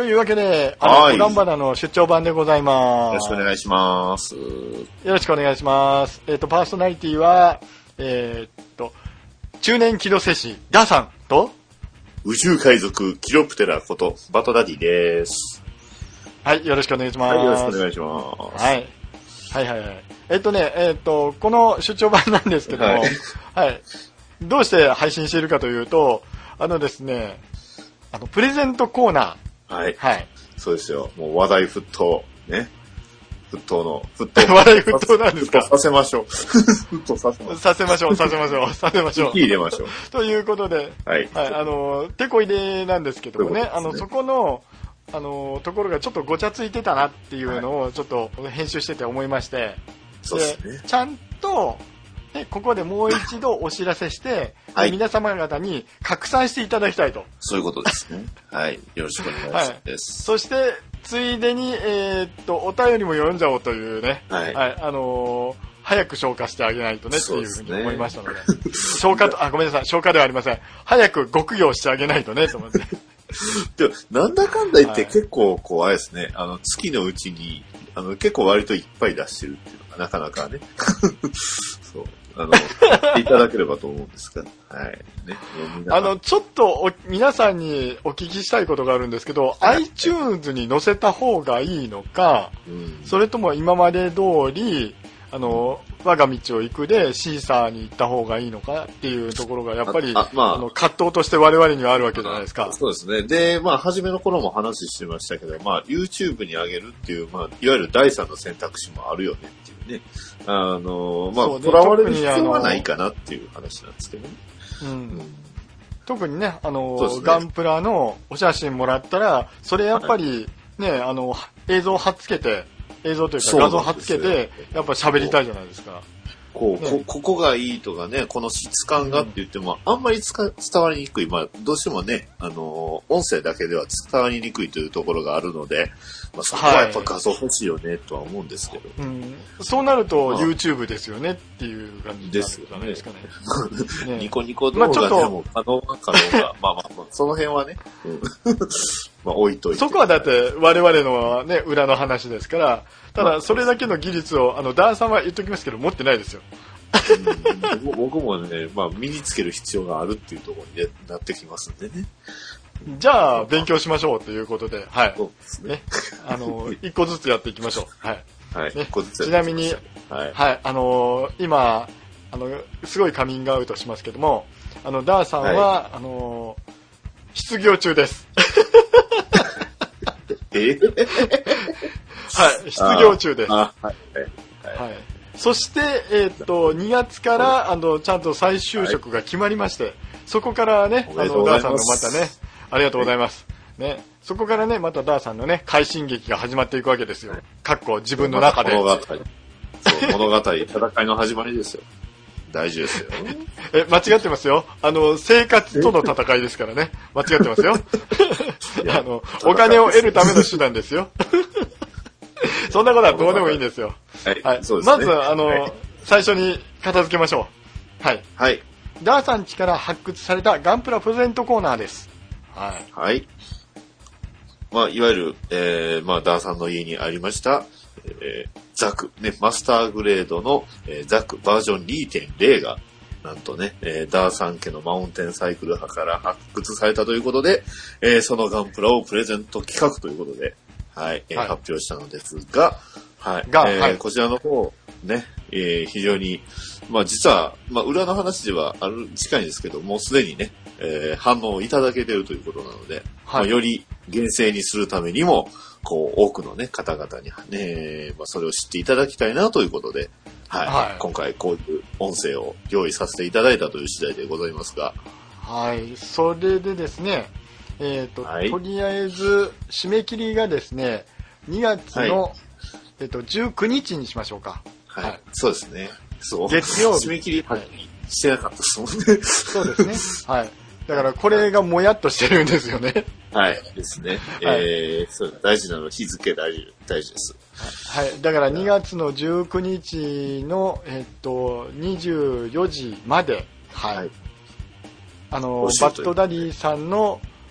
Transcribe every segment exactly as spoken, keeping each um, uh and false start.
いうわけで、あの、ガンバナの出張版でございます。 よろしくお願いします。よろしくお願いします。えっ、ー、と、パーソナリティは、えっ、ー、と、中年機動戦士、ダーさんと、 宇宙海賊、キロプテラこと、バトダディです。 はい、よろしくお願いします。 はい、よろしくお願いします。 はい。はいはいはい。えっ、ー、とね、えっ、ー、と、この出張版なんですけども、はい、はい。どうして配信しているかというと、あのですね、あの、プレゼントコーナー。はい。 はい。 そうですよ。もう話題沸騰。ね。沸騰の、沸騰。 話題沸騰なんですか？ 沸騰させましょう。沸騰させましょう。 させましょう、させましょう、させましょう。 入れましょう。 ということで、 はい。 はい、あの、てこ入れなんですけどもね、ねあの、そこの、あの、ところがちょっとごちゃついてたなっていうのをちょっと編集してて思いまして、 そうですね。 ちゃんと、でここでもう一度お知らせして、はい、皆様方に拡散していただきたいと。 そういうことですね。はい。よろしくお願いします。はい、 そして、ついでに、えー、っと、お便りも読んじゃおうというね。 はい。 はい、あのー、早く消化してあげないとねっていうふうに思いましたので。で消化と、あ、ごめんなさい。消化ではありません。早く極行してあげないとね、と思って。 でも、なんだかんだ言って結構、こう、あれですね、あの、月のうちに、あの、結構割といっぱい出してるっていうのが、なかなかね。そう。あの、やっていただければと思うんですが、はい。ね。 あの、ちょっとお、皆さんにお聞きしたいことがあるんですけど、はい、iTunes に載せた方がいいのか、うん、それとも今まで通り、あの、我が道を行くでシーサーに行った方がいいのかっていうところがやっぱり、あ、まあ、あの葛藤として我々にはあるわけじゃないですか。 そうですね。で、まあ、初めの頃も話してましたけど、まあ、YouTube に上げるっていう、まあ、いわゆる第三の選択肢もあるよねっていうね。あの、まあ、とらわれる必要はないかなっていう話なんですけどね。 うん。うん、特にね、あの、ね、ガンプラのお写真もらったら、それやっぱりね、はい、あの、映像を貼っつけて、映像というか画像貼っつけて、やっぱ喋りたいじゃないですか。 こう、ね、こ、ここがいいとかね、この質感がって言っても、あんまりつか伝わりにくい。まあ、どうしてもね、あの、音声だけでは伝わりにくいというところがあるので、まあ、そこはやっぱ画像欲しいよね、とは思うんですけど。 うん、そうなると YouTube ですよねっていう感じですかね。ですかね。ニコニコ動画でも可能か可能か。まあまあまあ、その辺はね、うん、まあ置いといて。 そこはだって我々のね、裏の話ですから、ただそれだけの技術を、あの、ダーさんは言っときますけど、持ってないですよ。 うん、僕もね、まあ身につける必要があるっていうところになってきますんでね。 じゃあ、勉強しましょうということで、はい。 そうですね。 ねあの、一個ずつやっていきましょう。はい。 はい。 ね、 一個ずつちなみに、 はい。 はい、あのー、今、あの、すごいカミングアウトしますけども、あの、ダーさんは、はい、あのー、失業中です。 えはい、失業中です。 ああはい。 はい。はいそして、えー、っと、にがつから、あの、ちゃんと再就職が決まりまして、はい、そこからね、あの、ダーさんのまたね、ありがとうございます。ね、そこからね、またダーさんのね、快進撃が始まっていくわけですよ。かっこ自分の中で。 物語。そう、物語、戦いの始まりですよ。大事ですよ。 え、間違ってますよ。あの、生活との戦いですからね。間違ってますよ。あの、お金を得るための手段ですよ。そんなことはどうでもいいんですよ。 はい。 はい、 そうですね、 まず、あの、はい、最初に片付けましょう。はい。 はい。 ダーさん家から発掘されたガンプラプレゼントコーナーです。はい。 はい。まあ、いわゆる、えー、まあ、ダーさんの家にありました、えー、ザク、ね、マスターグレードの、えー、ザクバージョン にてんゼロ が、なんとね、えー、ダーさん家のマウンテンサイクル派から発掘されたということで、えー、そのガンプラをプレゼント企画ということで、はい、えーはい、発表したのですが、はい。がえーはい、こちらの方、ね、えー、非常に、まあ実は、まあ裏の話ではある、近いんですけど、もうすでにね、えー、反応をいただけているということなので、はい、まあ、より厳正にするためにも、こう、多くのね、方々にね、まあそれを知っていただきたいなということで、はい。はい、今回こういう音声を用意させていただいたという次第でございますが。 はい。それでですね、えっと、はい、とりあえず、締め切りがですね、にがつの、はい、えっと、じゅうくにちにしましょうか。 はい。はい、そうですね。そう。 月曜日。 締め切り、はい、してなかったですもんね。 そうですね。はい。だから、これがもやっとしてるんですよね。 はい。ですね。はい、えー、そう、大事なの、日付大事、大事です。 はい。だから、にがつのじゅうくにちの、えっと、にじゅうよじまで、はい。はい、あの、バッドダディさんの、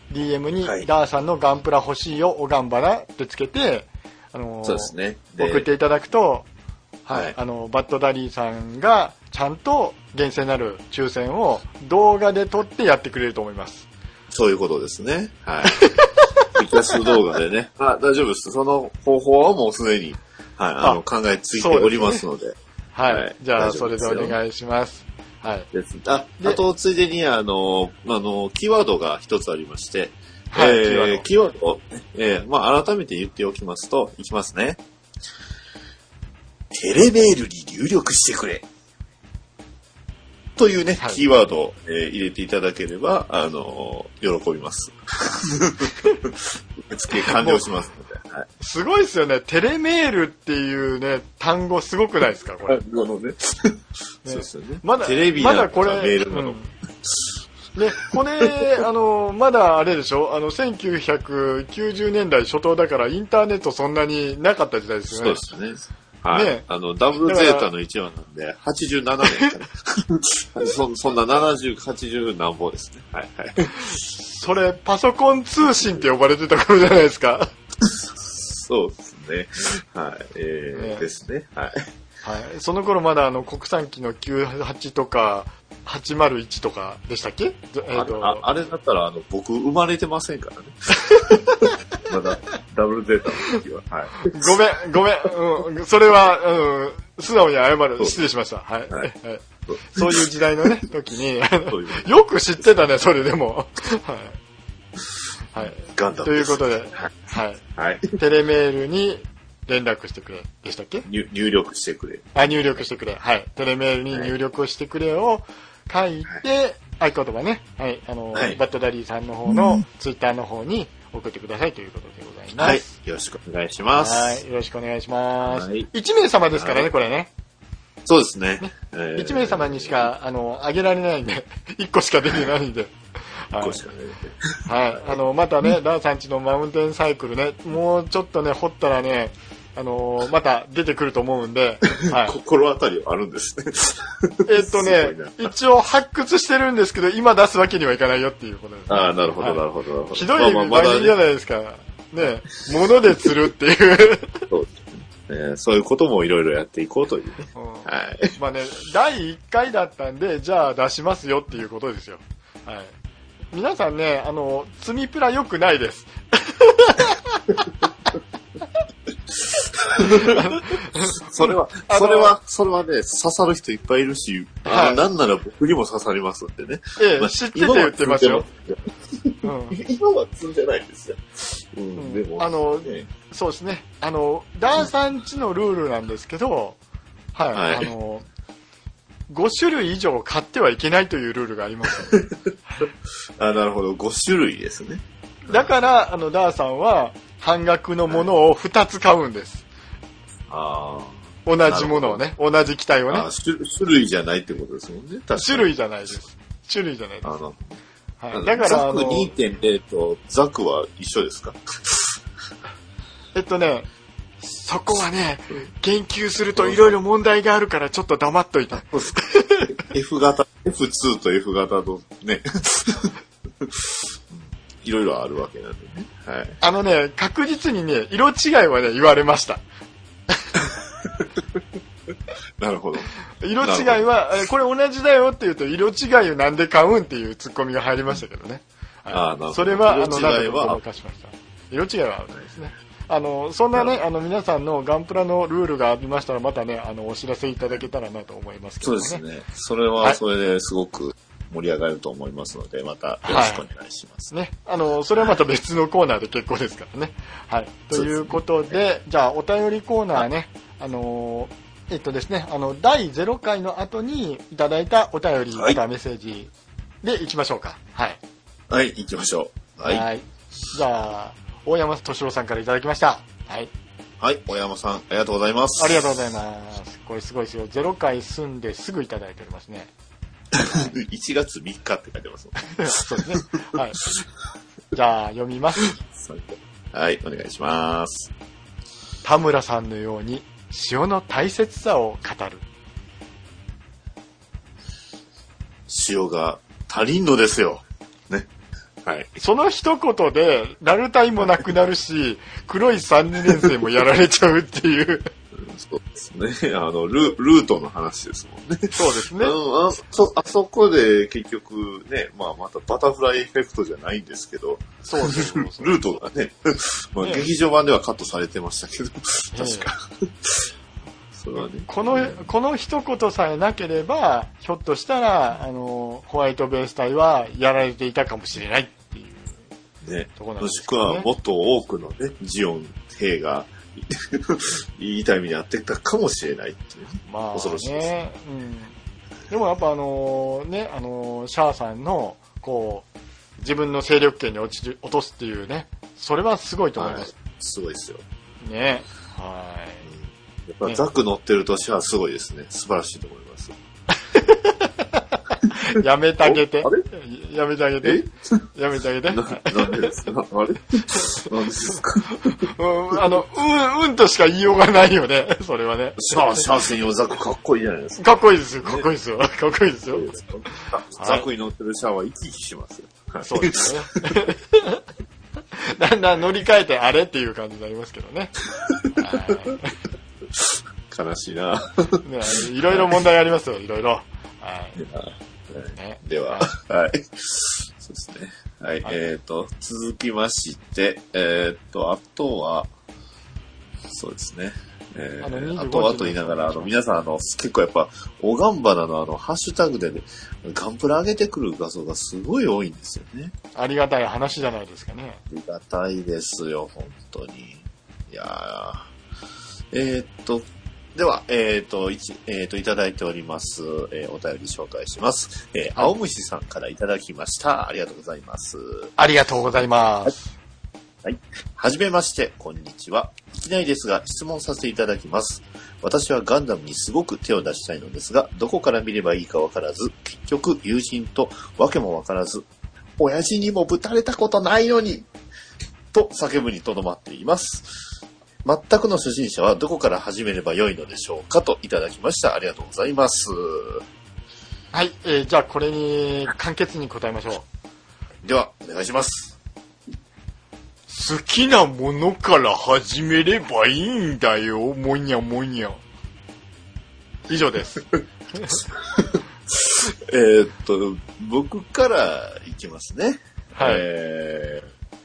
ディーエム にダーさんのガンプラ欲しいよおがんばらってつけて、あのー、 そうですね。 送っていただくと、はい、 はい、 あのバッドダディさんがちゃんと厳正なる抽選を動画で撮ってやってくれると思います。 そういうことですね。はい。リクエスト動画でね。あ、大丈夫です。その方法はもうすでに、はい、あの考えついておりますので。 はい、はい。じゃあそれでお願いします。はい。 です。あ、あとついでにあのあのキーワードが一つありまして、 はい、 えー、キーワードを、えー、まあ改めて言っておきますと、いきますね。テレメールに入力してくれ。というね、はい、キーワードを、えー、入れていただければ、あのー、喜びます。受付完了しますので。はい、 すごいですよね。テレメールっていうね、単語すごくないですかこれ。 このね。そうですよね。 まだ、 テレビまだこれ、 メールなの。 うんね、これ、あの、まだあれでしょあの、せんきゅうひゃくきゅうじゅうねんだい初頭だからインターネットそんなになかった時代ですよね。 そうですね。はい。ね、あの、ダブルゼータのいちわなんで、はちじゅうななねんからそ。そんなななじゅう、はちじゅう何本ですね。はいはい。 それ、パソコン通信って呼ばれてた頃じゃないですか。 そうですね。はい。えー、ね、ですね。はい。 はい。その頃まだあの、国産機のきゅうじゅうはちとか、はちまるいちとかでしたっけ？ えー、と あ, あ, あれだったらあの僕生まれてませんからね。まだダブルゼータの時は。はい、 ごめんごめん、うん、それは、うん、素直に謝る。失礼しました。はい。はい、そう、そういう時代のね時によく知ってたねそれでも。はい。はい。 ガンダムということで、はい。はい。テレメールに連絡してくれでしたっけ？ 入, 入力してくれ。 あ、入力してくれ。はい。テレメールに入力してくれを書いて、はい、合言葉ね、はい、あの、はい、バッドダディさんの方のツイッターの方に送ってくださいということでございます。 はい、よろしくお願いします。 はい、よろしくお願いします。はい、いち名様ですからね、はい、これね。 そうですね。 ねえー、いち名様にしか、あの、あげられないんで、いっこしか出てないんで。 いっこしか出てない。はい。あの、またね、ダーさんちのマウンテンサイクルね、もうちょっとね、掘ったらね、あのー、また出てくると思うんで、 はい、心当たりはあるんですね。 えっとね、一応発掘してるんですけど、今出すわけにはいかないよっていうことです、 ね。ああ、なるほど、はい、なるほど、なるほど。 ひどい番組じゃないですか。まあまあね、物で釣るっていう。 そうですね。そういうこともいろいろやっていこうというね。うん、はい。 まあね、だいいっかいだったんで、じゃあ出しますよっていうことですよ。はい。皆さんね、あの、積みプラ良くないです。 それは、それは、それはね、刺さる人いっぱいいるし、はい、なんなら僕にも刺さりますんでね。 ええ、まあ、知ってて言ってますよ。 うん、今は積んでないんですよ。うん、うん、でも、 あの、ね、そうですね。あの、ダーさんちのルールなんですけど、はい、はい、あの、ご種類以上買ってはいけないというルールがあります、ね。 あ、なるほど、ご種類ですね。 だから、あの、ダーさんは半額のものをふたつ買うんです。 あ同じものをね、同じ機体をね。 あ種。種類じゃないってことですもんね。 種類じゃないです。種類じゃないです。 あはい、だからザク にてんゼロ とザクは一緒ですか？ えっとね、そこはね、研究するといろいろ問題があるからちょっと黙っといた。 F 型、エフツー と F 型とね、いろいろあるわけなんでね。はい。 あのね、確実にね、色違いはね、言われました。 なるほど。 色違いは、これ同じだよって言うと、色違いをなんで買うんっていうツッコミが入りましたけどね。 はい、ああ、なるほど。 それは、あの、色違いは、ごまかしました。色違いはあるんですね。あの、そんなね、あの、皆さんのガンプラのルールがありましたら、またね、あの、お知らせいただけたらなと思いますけどね。 そうですね。それは、それですごく盛り上がると思いますので、またよろしくお願いします。 はい、ね。あの、それはまた別のコーナーで結構ですからね。はい。ということで、でね、じゃあ、お便りコーナーね、あの、えっとですね、あの、だいゼロかいの後にいただいたお便り、またメッセージでいきましょうか。はい。 はい、行きましょう。はい。はい、 じゃあ、大山敏郎さんからいただきました。はい。 はい、大山さん、ありがとうございます。 ありがとうございます。これすごいですよ。ゼロかい住んですぐいただいておりますね。 いちがつみっかって書いてます。 そうですね。はい。じゃあ、読みます。 はい、お願いします。 田村さんのように、塩の大切さを語る。 塩が足りんのですよ。ね。 はい。 その一言で、ラルタイもなくなるし、黒いさんねん生もやられちゃうっていう。 そうですね。あの、ル、ルートの話ですもんね。 そうですね。 うん、あそ、あそこで結局ね、まあまたバタフライエフェクトじゃないんですけど、 そうそうそうそうルートがね、まあ、ね、劇場版ではカットされてましたけど、確か。それはね、 この、この一言さえなければ、ひょっとしたら、あの、ホワイトベース隊はやられていたかもしれないっていうね。 ところなんもしくですけどね。 はもっと多くのね、ジオン兵が、いいタイミングにやってたかもしれないっていう、 まあ、 恐ろしいですね。 うん。でもやっぱあのね、あのシャアさんのこう自分の勢力圏に落ちる落とすっていうね、それはすごいと思います。 はい、すごいですよ。 ね、はい。 やっぱザク乗ってるとシャアすごいですね。素晴らしいと思います。 やめてあげて。 あれやめてあげて。やめてあげて。 な、なんでですかあれなんでですかうん、あの、うん、うんとしか言いようがないよね。それはね。 シャア、シャア専用ザクかっこいいじゃないですか。 かっこいいですよ。かっこいいですよ。かっこいいですよ。 ザクに乗ってるシャアは生き生きしますよ。 そうですね。だんだん乗り換えてあれっていう感じになりますけどね。 悲しいな。 ね、いろいろ問題ありますよ。いろいろ。はい。 ね、では、はい。そうですね。はい。はい、えっ、ー、と、続きまして、えっ、ー、と、あとは、そうですね。えー、あ, あと、あと言いながら、あの、皆さん、あの、結構やっぱ、オガンバナのあの、ハッシュタグでね、ガンプラ上げてくる画像がすごい多いんですよね。 ありがたい話じゃないですかね。 ありがたいですよ、本当に。いやー。えっ、ー、と、では、えっ、ー、と、一、えっ、ー、と、いただいております、えー、お便り紹介します。えー、青虫さんからいただきました。ありがとうございます。 ありがとうございます。 はい。はい。はじめまして、こんにちは。いきなりですが、質問させていただきます。私はガンダムにすごく手を出したいのですが、どこから見ればいいかわからず、結局、友人とわけもわからず、親父にもぶたれたことないのに、と叫ぶにとどまっています。全くの初心者はどこから始めればよいのでしょうかといただきました。ありがとうございます。 はい、えー、じゃあこれに簡潔に答えましょう。では、お願いします。 好きなものから始めればいいんだよ、もにゃもにゃ。以上です。 えっと、僕からいきますね。 はい。 え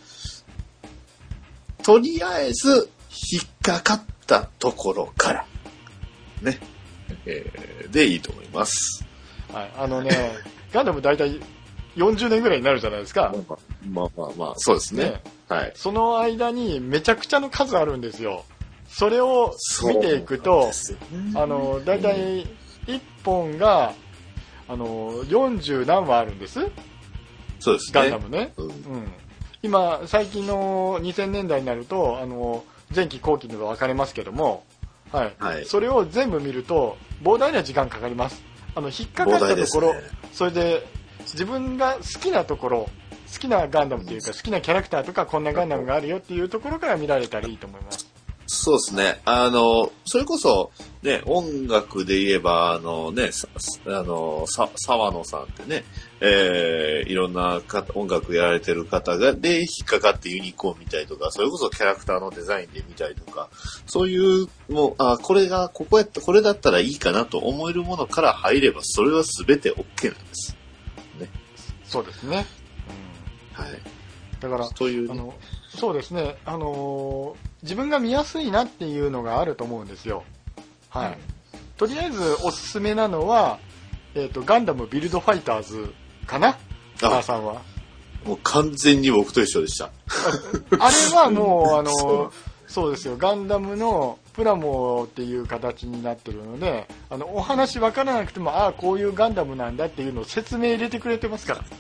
ー、とりあえず、引っかかったところから、ね、えー、でいいと思います。 はい、あのね、ガンダム大体よんじゅうねんぐらいになるじゃないですか。 まあまあまあ、そうですね。ね、はい。 その間にめちゃくちゃの数あるんですよ。それを見ていくと、あの、大体いっぽんが、あの、よんじゅう何話あるんです。 そうですね。 ガンダムね。うん。うん、今、最近のにせんねんだいになると、あの、前期後期など分かれますけども、はい、はい、それを全部見ると膨大な時間かかります。あの引っかかったところ、ね、それで自分が好きなところ、好きなガンダムというか好きなキャラクターとかこんなガンダムがあるよっていうところから見られたらいいと思います。 そうですね。あの、それこそ、ね、音楽で言えば、あのね、あの、さ、沢野さんってね、えー、いろんな音楽やられてる方が、で、引っかかってユニコーン見たりとか、それこそキャラクターのデザインで見たりとか、そういう、もう、あ、これが、ここやった、これだったらいいかなと思えるものから入れば、それは全て OK なんです。ね。 そうですね。 うん、はい。 だから、 そういう、ね、 あの、そうですね、あのー、自分が見やすいなっていうのがあると思うんですよ。はい。うん、とりあえずおすすめなのは、えっと、ガンダムビルドファイターズかな、母さんは。 もう完全に僕と一緒でした。 あれはもう、あのー、そうですよ、ガンダムのプラモっていう形になってるので、あの、お話分からなくても、ああ、こういうガンダムなんだっていうのを説明入れてくれてますから。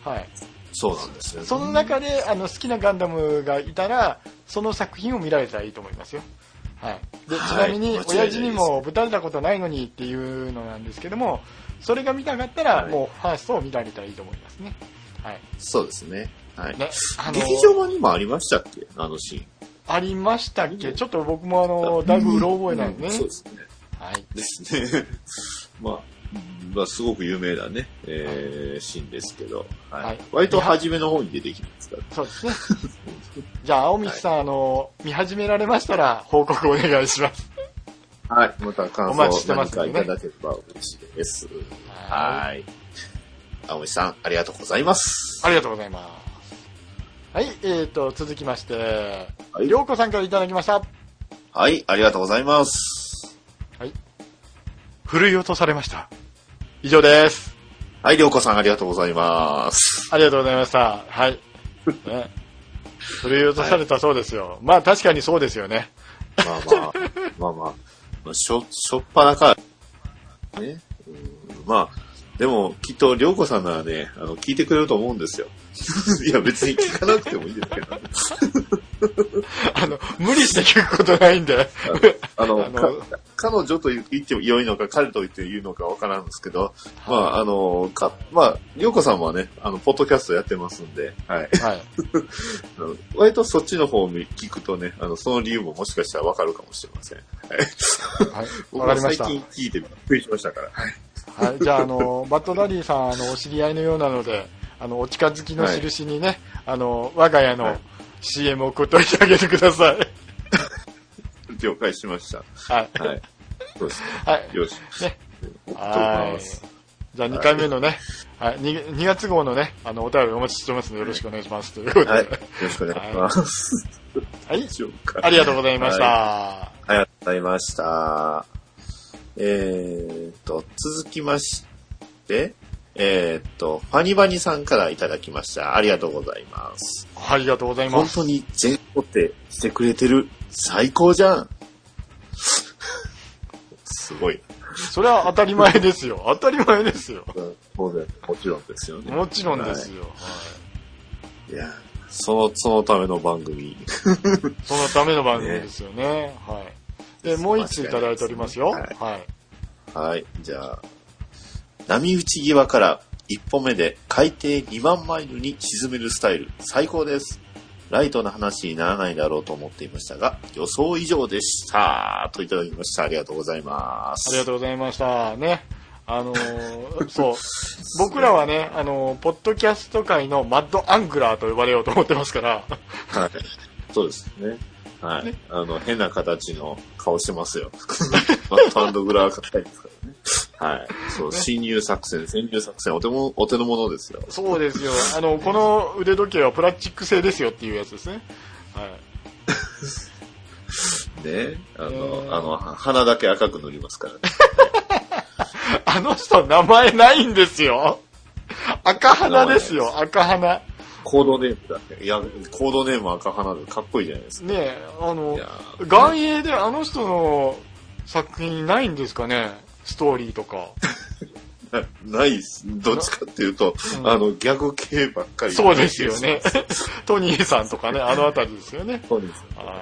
はい。 そうなんですよね。 その中であの好きなガンダムがいたらその作品を見られたらいいと思いますよ。はい。で、ちなみに親父にもぶたれたことないのにっていうのなんですけども、それが見たかったらもうファーストを見られたらいいと思いますね。はい。 そうですね。はい。ね、 あの劇場版にもありましたっけ、あのシーン。 ありましたっけ。ちょっと僕もあのだいぶうろ覚えなんでね。 そうですね。 はい。 ですね。まあまあ、すごく有名なね、えー、シーンですけど、はい。 はい、 割と初めの方に出てきますから。 そうですね。じゃあ、青道さん、はい、あの、見始められましたら、報告お願いします。 はい。また感想を何かいただければ嬉しいです。はい。青道さん、ありがとうございます。 ありがとうございます。はい、えーと、続きまして、はい、りょうこさんからいただきました。 はい、ありがとうございます。 はい。ふるい落とされました。以上です。 はい、りょうこさんありがとうございます。 ありがとうございました。はい。ね、ふるい落とされたそうですよ。はい、まあ確かにそうですよね。 まあまあ、まあまあ、しょ、しょっぱなから、ね。うん、まあ、でもきっとりょうこさんならね、あの、聞いてくれると思うんですよ。いや別に聞かなくてもいいですけど、ね。 あの、無理して聞くことないんで。 あの、あの彼女と言っても良いのか、彼と言って言うのかわからんですけど、はい、まあ、あの、か、まあ、りょうこさんはね、あの、ポッドキャストやってますんで、はい。はい。割とそっちの方を聞くとね、あの、その理由ももしかしたらわかるかもしれません。はい。はい、僕は最近聞いてびっくりしましたから。 はい。はい、じゃあ、あの、バッドダディさん、あの、お知り合いのようなので、あの、お近づきの印にね、はい、あの、我が家の シーエム を送っておいてあげてください。 了解しました。 はい。 はい。そうですね。 はい。 よし。 ね。はい。じゃあにかいめのね、はい、に, にがつ号のね、あの、お便りお待ちしてますのでよろしくお願いします。ということで。はい。よろしくお願いします。 はい。ありがとうございました。 はい、ありがとうございました。えーと、続きまして、えー、っと、ファニバニさんからいただきました。ありがとうございます。 ありがとうございます。本当に全固定してくれてる。最高じゃん。すごい。 それは当たり前ですよ。当たり前ですよ。 当然、もちろんですよね。 もちろんですよ。はいはい、いや、その、そのための番組。 そのための番組ですよね。ねはい。で、もう一ついただいておりますよ。はい。はい。 はい、じゃあ。波打ち際から一歩目で海底にまんマイルに沈めるスタイル最高です。ライトな話にならないだろうと思っていましたが予想以上でしたといただきました。ありがとうございます。 ありがとうございましたね。あのー、そう僕らはね、あのー、ポッドキャスト界のマッドアングラーと呼ばれようと思ってますから。 はい、そうですね。はい、ね、あの変な形の顔してますよ。マッドアングラー硬いですからね。はい。そう、ね、侵入作戦、潜入作戦、お手も、お手の物ですよ。 そうですよ。あの、この腕時計はプラスチック製ですよっていうやつですね。はい。 ね、あの、えー、あの、鼻だけ赤く塗りますからね。 あの人、名前ないんですよ。赤鼻ですよ、赤鼻。 コードネームだね。いや、コードネーム赤鼻でかっこいいじゃないですか。 ねえ、あの、眼影であの人の作品ないんですかね。ストーリーとか。 な, ないっす。どっちかっていうと、うん、あの、ギャグ系ばっかり。 そうですよね。トニーさんとかね、あのあたりですよね。 そうです。 はい。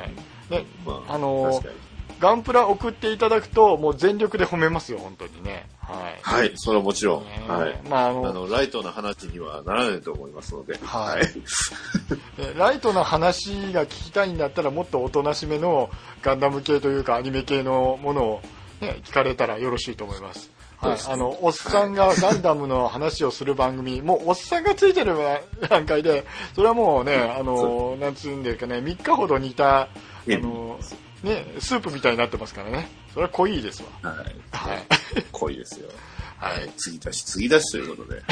ね、まあ、あのー、ガンプラ送っていただくと、もう全力で褒めますよ、本当にね。はい。 はい、それはもちろん。 ね、 はい。 まあ、あの、 あの、ライトな話にはならないと思いますので。 はい。ライトな話が聞きたいんだったら、もっとおとなしめのガンダム系というか、アニメ系のものを、ね、聞かれたらよろしいと思います。はい。あの、おっさんがガンダムの話をする番組、もうおっさんがついてる段階で、それはもうね、あの、なんつうんですかね、みっかほど煮た、あの、ね、スープみたいになってますからね。それは濃いですわ。 はい。 はい。 濃いですよ。はい。次出し、次出しということで。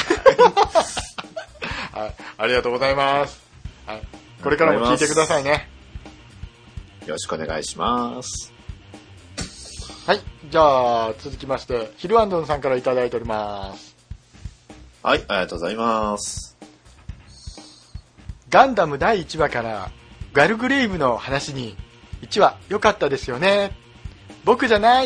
はい。ありがとうございます。はい。これからも聞いてくださいね。 よろしくお願いします。 はい。じゃあ、続きまして、ヒルアンドンさんからいただいております。 はい、ありがとうございます。 ガンダムだいいちわからガルグレイブの話にいちわ良かったですよね。僕じゃない。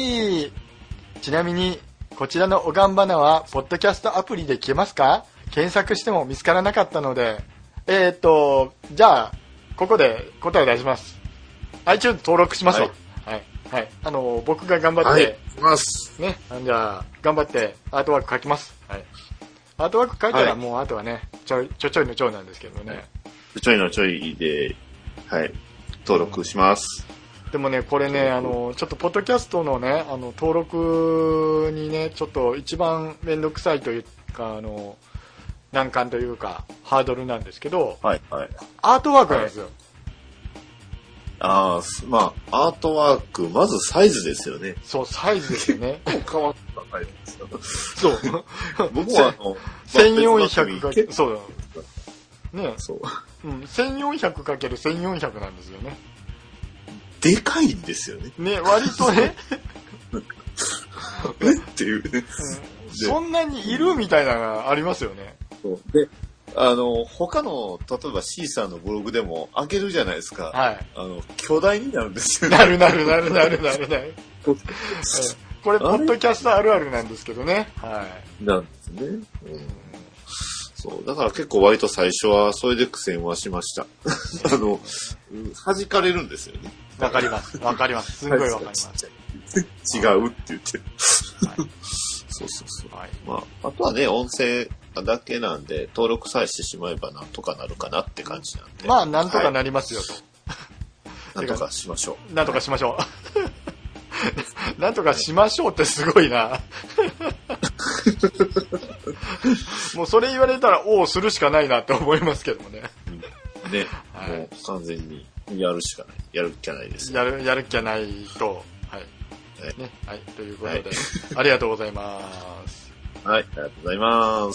ちなみにこちらのおがんばなはポッドキャストアプリで消えますか？検索しても見つからなかったので、えー、っとじゃあここで答え出します。 iTunes 登録しますわ。はいはい、はい、あの僕が頑張って、はい、 しますね、じゃあ頑張ってアートワーク書きます。はい、アートワーク書いたらもうあとはね、ちょいちょちょいのちょいなんですけどね。 ちょいのちょいで、はい、登録します。 でもね、これね、あの、ちょっとポッドキャストのね、あの、登録にね、ちょっと一番めんどくさいというか、あの、難関というか、ハードルなんですけど、 はいはい。 アートワークなんですよ。はい、 ああ、まあ、アートワーク、まずサイズですよね。 そう、サイズですよね。 変わったサイズですよ。 そう。 僕はあの、 せんよんひゃくかける、そうだ。ね、 そう。 うん、せんよんひゃくかけるせんよんひゃくなんですよね。 でかいんですよね。 ね、割とね。 えっていうね、 うん。そんなにいるみたいなのがありますよね。 そうで、あの、他の、例えば C さんのブログでも開けるじゃないですか。 はい。 あの、巨大になるんですよね。 なるなるなるなるなるなる。これ、ポッドキャストあるあるなんですけどね。はい。 なんですね。うん、そう。だから結構割と最初はそれで苦戦はしました。あの、弾かれるんですよね。 わかります。わかります。すごいわかります。 違うって言って。はい、そうそうそう。はい、まあ、あとはね、音声だけなんで、登録さえしてしまえばなんとかなるかなって感じなんで。 まあ、なんとかなりますよと。 はい、なんとかしましょう。なんとかしましょう。なんとかしましょうってすごいな。もうそれ言われたら、おお、するしかないなって思いますけどもね。 ね、はい、もう完全にやるしかない。やるっきゃないです、 ね。やる、やるっきゃないと。はい。はい。ね。はい。ということで、はい、ありがとうございます。 はい。ありがとうございます。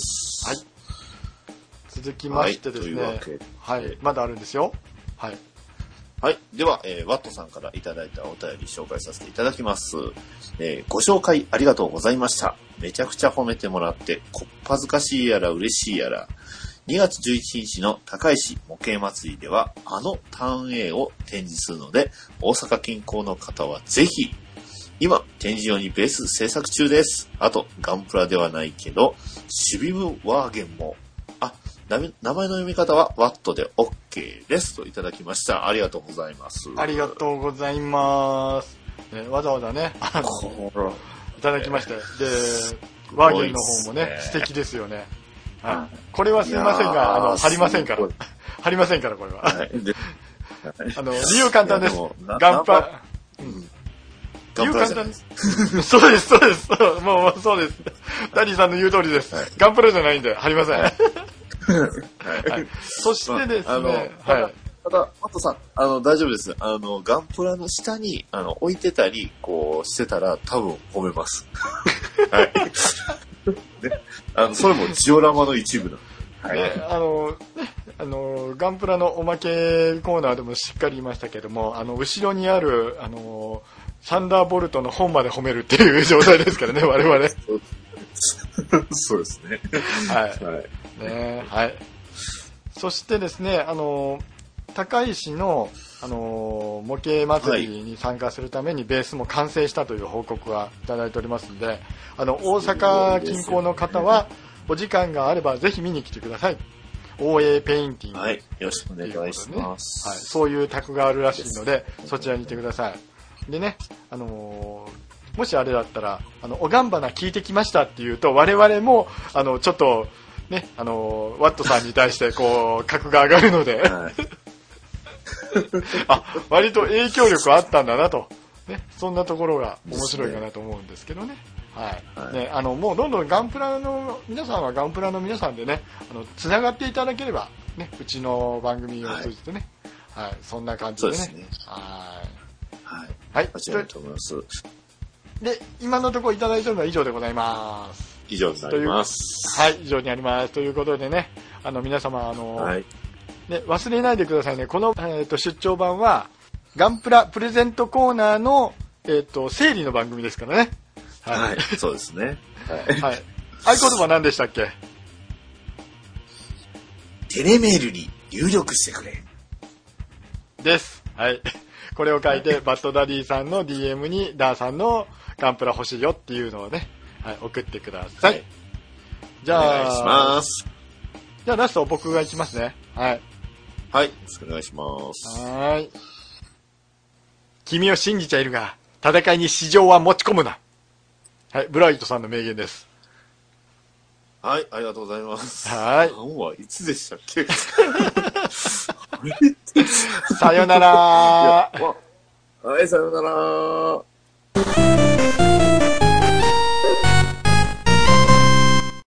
はい。続きましてですね。はい。というわけで、はい。まだあるんですよ。はい。 はい。では、えー、ワットさんからいただいたお便り紹介させていただきます。えー、ご紹介ありがとうございました。めちゃくちゃ褒めてもらって、こっぱずかしいやら嬉しいやら。にがつじゅういちにちの高石模型祭りでは、あのターン A を展示するので、大阪近郊の方はぜひ、今、展示用にベース制作中です。あと、ガンプラではないけど、シュビムワーゲンも、あ、名前の読み方はワットで OK ですといただきました。ありがとうございます。 ありがとうございます。ね、わざわざね、あのいただきまして。で、ワーゲンの方もね、素敵ですよね。はい、これはすいませんが、あの、貼りませんから。貼りませんから、これは。はい、あの、理由簡単です。ガンプラ。うん、理由簡単です。そうです、そうです。もう、そうです。ダディさんの言う通りです。はい、ガンプラじゃないんで、貼りません。はい、そしてですね、まあ、はい。 ただ、マットさん、あの、大丈夫です。あの、ガンプラの下に、あの、置いてたり、こう、してたら、多分褒めます。はい。ね、あの、それもジオラマの一部なの。はい。 ね、あの、ね、あの、ガンプラのおまけコーナーでもしっかり言いましたけども、あの、後ろにある、あの、サンダーボルトの本まで褒めるっていう状態ですからね、我々。 そうですね。 はい。はい。ね、はい。そしてですね、あの、高石の、あの、模型祭りに参加するためにベースも完成したという報告はいただいておりますので、あの、大阪近郊の方は、お時間があればぜひ見に来てください。オーエー ペインティング。 はい。よろしくお願いします。 はい。そういう卓があるらしいので、そちらに行ってください。でね、あのー、もしあれだったら、あの、おがんばな聞いてきましたっていうと、我々も、あの、ちょっと、ね、あのー、ワットさんに対して、こう、格が上がるので、はい、あ、割と影響力あったんだなと、ね、そんなところが面白いかなと思うんですけどね。はいはい、ね、あのもうどんどんガンプラの皆さんはガンプラの皆さんでね、あのつながっていただければ、ね、うちの番組を通じてね、はいはい、そんな感じでね。そうですね。はい。 はい。はい。間違いと思います。 で、今のところいただいているのは以上でございます。 以上になります。 はい、以上になります。ということでね、あの皆様、あの、はい、ね、忘れないでくださいね。この、えー、と出張版は、ガンプラプレゼントコーナーの、えー、と整理の番組ですからね。 はい、はい、そうですね。 はい。はい、合言葉何でしたっけ？ テレメールに入力してくれ。 です。はい。これを書いて、バッドダディさんの ディーエム にダーさんのガンプラ欲しいよっていうのをね、はい、送ってください。はい、じゃあ、 お願いします。 じゃあラスト僕がいきますね。はい。 はい。よろしくお願いします。 はい。君を信じちゃいるが、戦いに市場は持ち込むな。はい。ブライトさんの名言です。 はい。ありがとうございます。 はい。 何はいつでしたっけさよならー。 はい、さようなら。